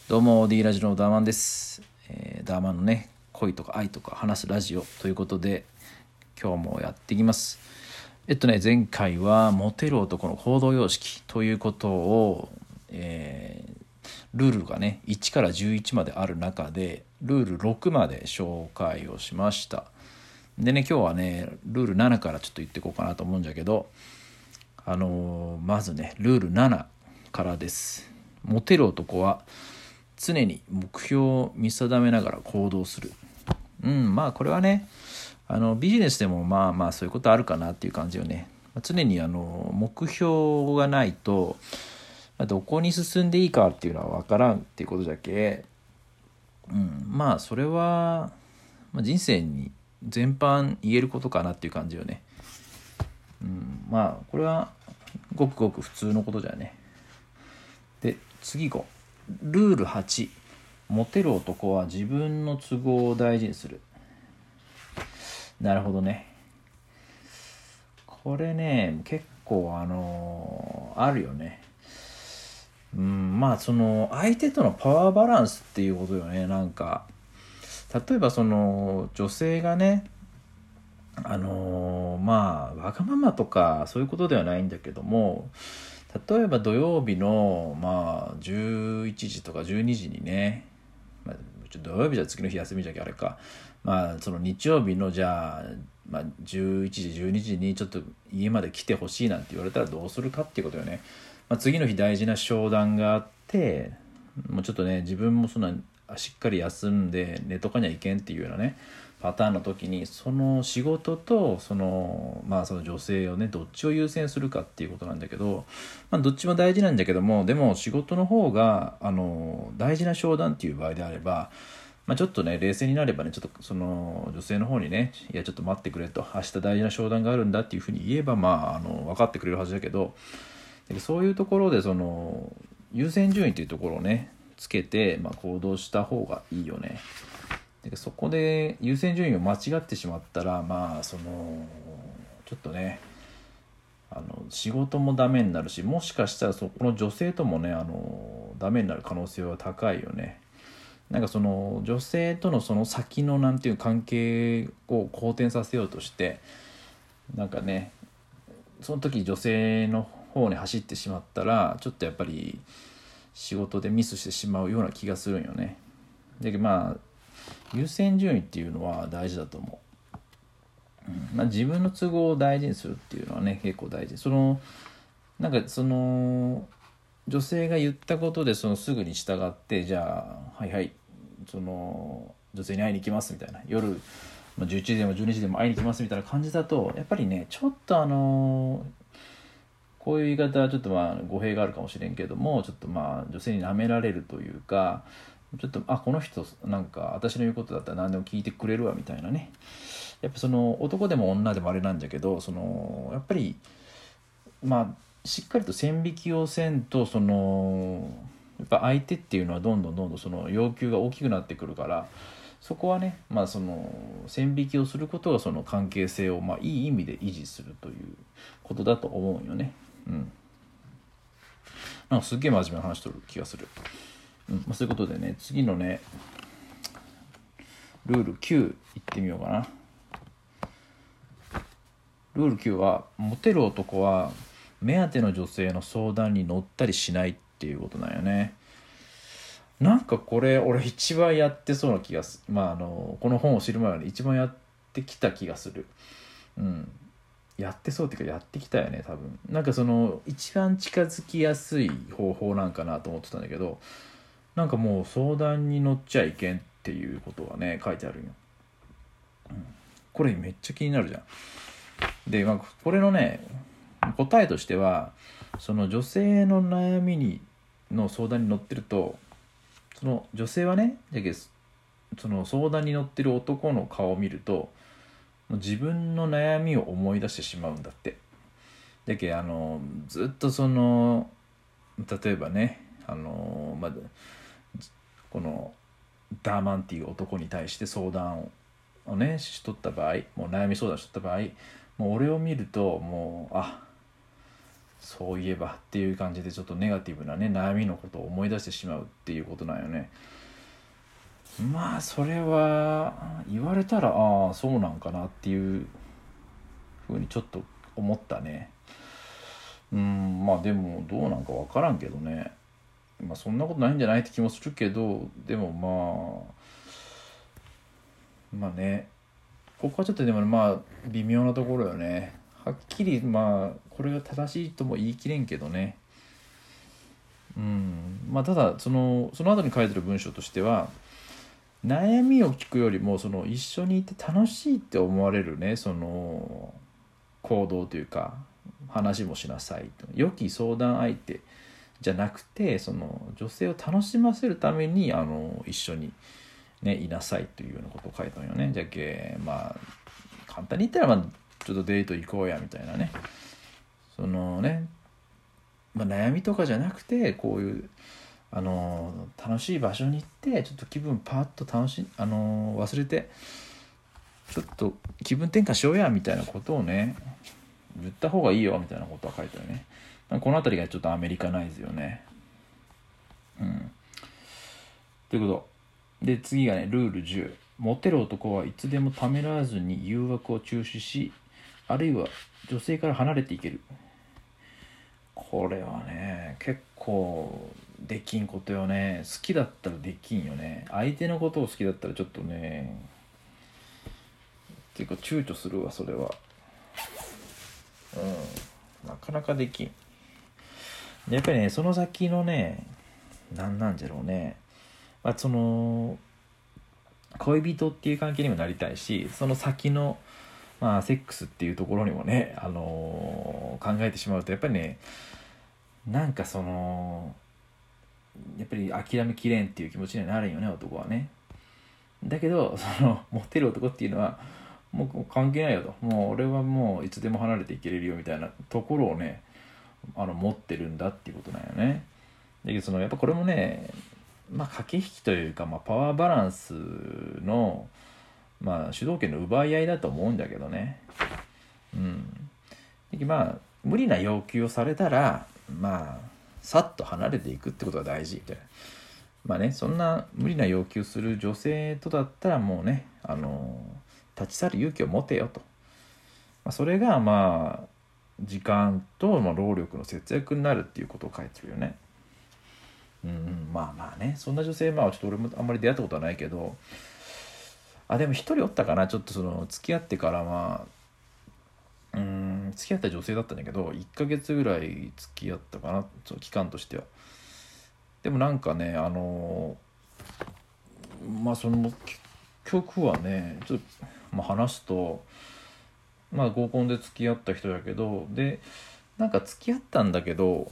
どうも D ラジオのダーマンです、ダーマンのね恋とか愛とか話すラジオということで今日もやっていきます。前回はモテる男の行動様式ということを、ルールがね1から11まである中でルール6まで紹介をしました。でね今日はねルール7からちょっと言っていこうかなと思うんだけど、まずねルール7からです。モテる男は常に目標を見定めながら行動する。まあこれはねビジネスでもまあそういうことあるかなっていう感じよね。常に目標がないとどこに進んでいいかっていうのは分からんっていうことだけ、まあそれは人生に全般言えることかなっていう感じよね。まあこれはごくごく普通のことじゃね。で次行こう。ルール8、モテる男は自分の都合を大事にする。なるほどね。これね結構あるよね。まあその相手とのパワーバランスっていうことよね。なんか例えばその女性がねまあわがままとかそういうことではないんだけども、例えば土曜日のまあ11時とか12時にね、土曜日じゃ次の日休みじゃけあれか、その日曜日のじゃあ、11時12時にちょっと家まで来てほしいなんて言われたらどうするかっていうことよね。次の日大事な商談があってもうちょっとね自分もそんなしっかり休んで寝とかにはいけんっていうようなねパターンの時にその仕事とその女性をねどっちを優先するかっていうことなんだけど、どっちも大事なんだけども、でも仕事の方が大事な商談っていう場合であれば、ちょっとね冷静になればねちょっとその女性の方にねいやちょっと待ってくれと、明日大事な商談があるんだっていうふうに言えば分かってくれるはずだけど、そういうところでその優先順位っていうところをねつけて、行動した方がいいよね。でそこで優先順位を間違ってしまったらそのちょっとね仕事もダメになるし、もしかしたらそこの女性ともねダメになる可能性は高いよね。なんかその女性とのその先のなんていう関係を好転させようとしてなんかねその時女性の方に走ってしまったらちょっとやっぱり仕事でミスしてしまうような気がするんよね。だけど優先順位っていうのは大事だと思う。自分の都合を大事にするっていうのはね結構大事。その女性が言ったことでそのすぐに従ってじゃあはいはいその女性に会いに行きますみたいな、夜11時でも12時でも会いに行きますみたいな感じだとやっぱりねちょっとこういう言い方はちょっと語弊があるかもしれんけども、ちょっと女性に舐められるというか、ちょっとこの人なんか私の言うことだったら何でも聞いてくれるわみたいなね。やっぱその男でも女でもあれなんだけど、そのやっぱりしっかりと線引きをせんとそのやっぱ相手っていうのはどんどんその要求が大きくなってくるから、そこはねその線引きをすることがその関係性をいい意味で維持するということだと思うよね。なんかすっげえ真面目な話しとる気がする。そういうことでね次のねルール9いってみようかな。ルール9はモテる男は目当ての女性の相談に乗ったりしないっていうことなんよね。なんかこれ俺一番やってそうな気がする。この本を知る前に一番やってきた気がする。やってそうっていうかやってきたよね多分。なんかその一番近づきやすい方法なんかなと思ってたんだけど、なんかもう相談に乗っちゃいけんっていうことがね書いてあるんよ。これめっちゃ気になるじゃん。で、これのね答えとしては、その女性の悩みの相談に乗ってると、その女性はねだけどその相談に乗ってる男の顔を見ると自分の悩みを思い出してしまうんだって。だけずっとその例えばねこのダーマンっていう男に対して相談をねしとった場合、もう悩み相談しとった場合、もう俺を見るともうそういえばっていう感じでちょっとネガティブなね悩みのことを思い出してしまうっていうことなんよね。まあそれは言われたらああそうなんかなっていうふうにちょっと思ったね。まあでもどうなんか分からんけどね。まあそんなことないんじゃないって気もするけど、でもまあね、ここはちょっとでもまあ微妙なところよね。はっきりまあこれが正しいとも言い切れんけどね。まあただその後に書いてる文章としては、悩みを聞くよりもその一緒にいて楽しいって思われるね、その行動というか話もしなさいと。良き相談相手じゃなくて、その女性を楽しませるために一緒に、ね、いなさいというようなことを書いたのよね。じゃけまあ簡単に言ったら、ちょっとデート行こうやみたいなね。そのね、悩みとかじゃなくてこういう楽しい場所に行ってちょっと気分パッと忘れてちょっと気分転換しようやみたいなことをね言った方がいいよみたいなことは書いてあるね。この辺りがちょっとアメリカナイズよね。ということで、次がねルール10。モテる男はいつでもためらわずに誘惑を中止し、あるいは女性から離れていける。これはね結構できんことよね。好きだったらできんよね。相手のことを好きだったらちょっとね結構躊躇するわそれは。なかなかできん。やっぱりねその先のねなんじゃろうね、その恋人っていう関係にもなりたいし、その先のセックスっていうところにもね、考えてしまうとやっぱりねなんかそのやっぱり諦めきれんっていう気持ちにはなるんよね、男はね。だけどそのモテる男っていうのはもう関係ないよと、もう俺はもういつでも離れていけれるよみたいなところをね持ってるんだっていうことなんよね。だけどやっぱこれもね駆け引きというか、パワーバランスの主導権の奪い合いだと思うんだけどね。無理な要求をされたらさっと離れていくってことが大事みたいな。そんな無理な要求する女性とだったらもうね立ち去る勇気を持てよと。それが時間と労力の節約になるっていうことを書いてるよね。そんな女性ちょっと俺もあんまり出会ったことはないけど、でも一人おったかな。ちょっと付き合ってから付き合った女性だったんだけど1ヶ月ぐらい付き合ったかな、その期間としては。でもなんかねその結局はねちょっと、話すと合コンで付き合った人だけど、でなんか付き合ったんだけど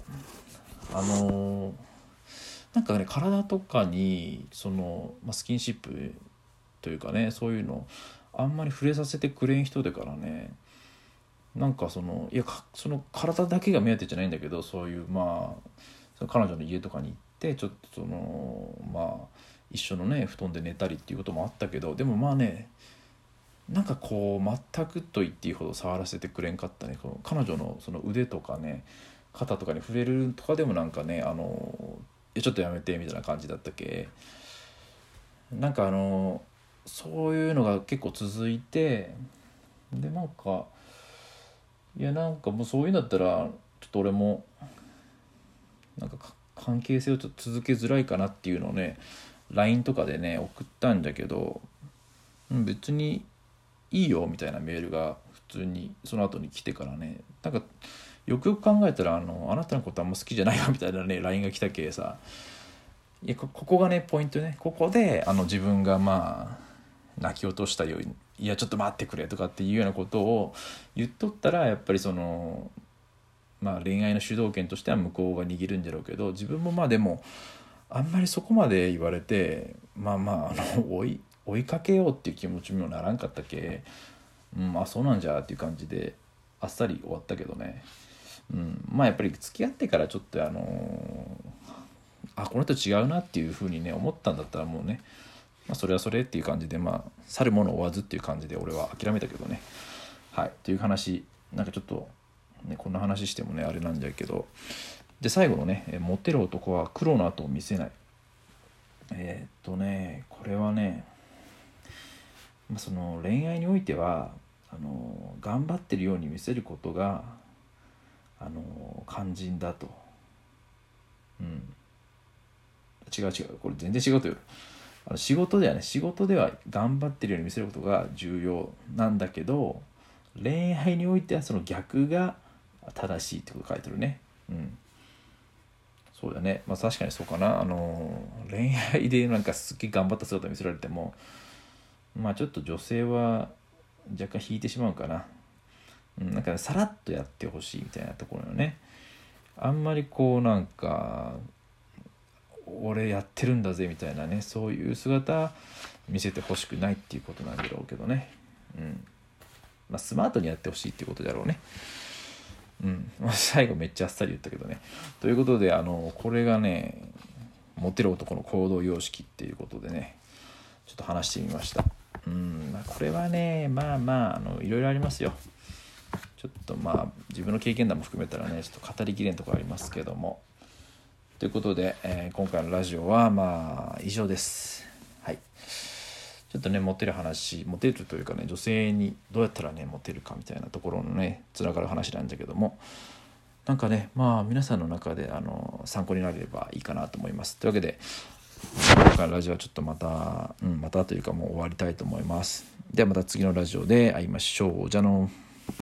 なんかね体とかにスキンシップというかね、そういうのあんまり触れさせてくれん人でからね、なんかその体だけが目当てじゃないんだけど、そういうその彼女の家とかに行ってちょっと一緒のね布団で寝たりっていうこともあったけど、でもなんか全くと言っていいほど触らせてくれんかったね。彼女のその腕とかね肩とかに触れるとかでもなんかねちょっとやめてみたいな感じだったっけ。なんかそういうのが結構続いて、でなんかもうそういうんだったらちょっと俺もなんか関係性をちょっと続けづらいかなっていうのをね LINE とかでね送ったんだけど、別にいいよみたいなメールが普通にその後に来てからね、なんかよくよく考えたらあなたのことあんま好きじゃないわみたいなね LINE が来たけさ、ここがねポイントね。ここで自分が泣き落としたように、いやちょっと待ってくれとかっていうようなことを言っとったら、やっぱり恋愛の主導権としては向こうが握るんじゃろうけど、自分もでもあんまりそこまで言われて追いかけようっていう気持ちにもならんかったっけ。そうなんじゃっていう感じであっさり終わったけどね。やっぱり付き合ってからちょっとこの人違うなっていう風にね思ったんだったらもうね、それはそれっていう感じで去るもの追わずっていう感じで俺は諦めたけどね。はい、っていう話、なんかちょっとね、こんな話してもねあれなんだけど、で最後のねモテる男は苦労の後を見せない。これはね、その恋愛においては頑張ってるように見せることが肝心だと。違うこれ全然違うとよ。仕事では頑張ってるように見せることが重要なんだけど、恋愛においてはその逆が正しいってこと書いてるね。そうだね。確かにそうかな。恋愛でなんかすっげえ頑張った姿見せられても、ちょっと女性は若干引いてしまうかな。なんかさらっとやってほしいみたいなところのね。あんまりこうなんか俺やってるんだぜみたいなね、そういう姿見せてほしくないっていうことなんだろうけどね。スマートにやってほしいっていうことだろうね。最後めっちゃあっさり言ったけどね。ということでこれがねモテる男の行動様式っていうことでねちょっと話してみました。これはねいろいろありますよ。ちょっと自分の経験談も含めたらねちょっと語りきれんところありますけども、ということで、今回のラジオは以上です。はい。ちょっとねモテるというかね、女性にどうやったらねモテるかみたいなところのねつながる話なんだけども、なんかね皆さんの中で参考になれればいいかなと思います。というわけで今回のラジオはちょっとまたというかもう終わりたいと思います。ではまた次のラジオで会いましょう。じゃあの。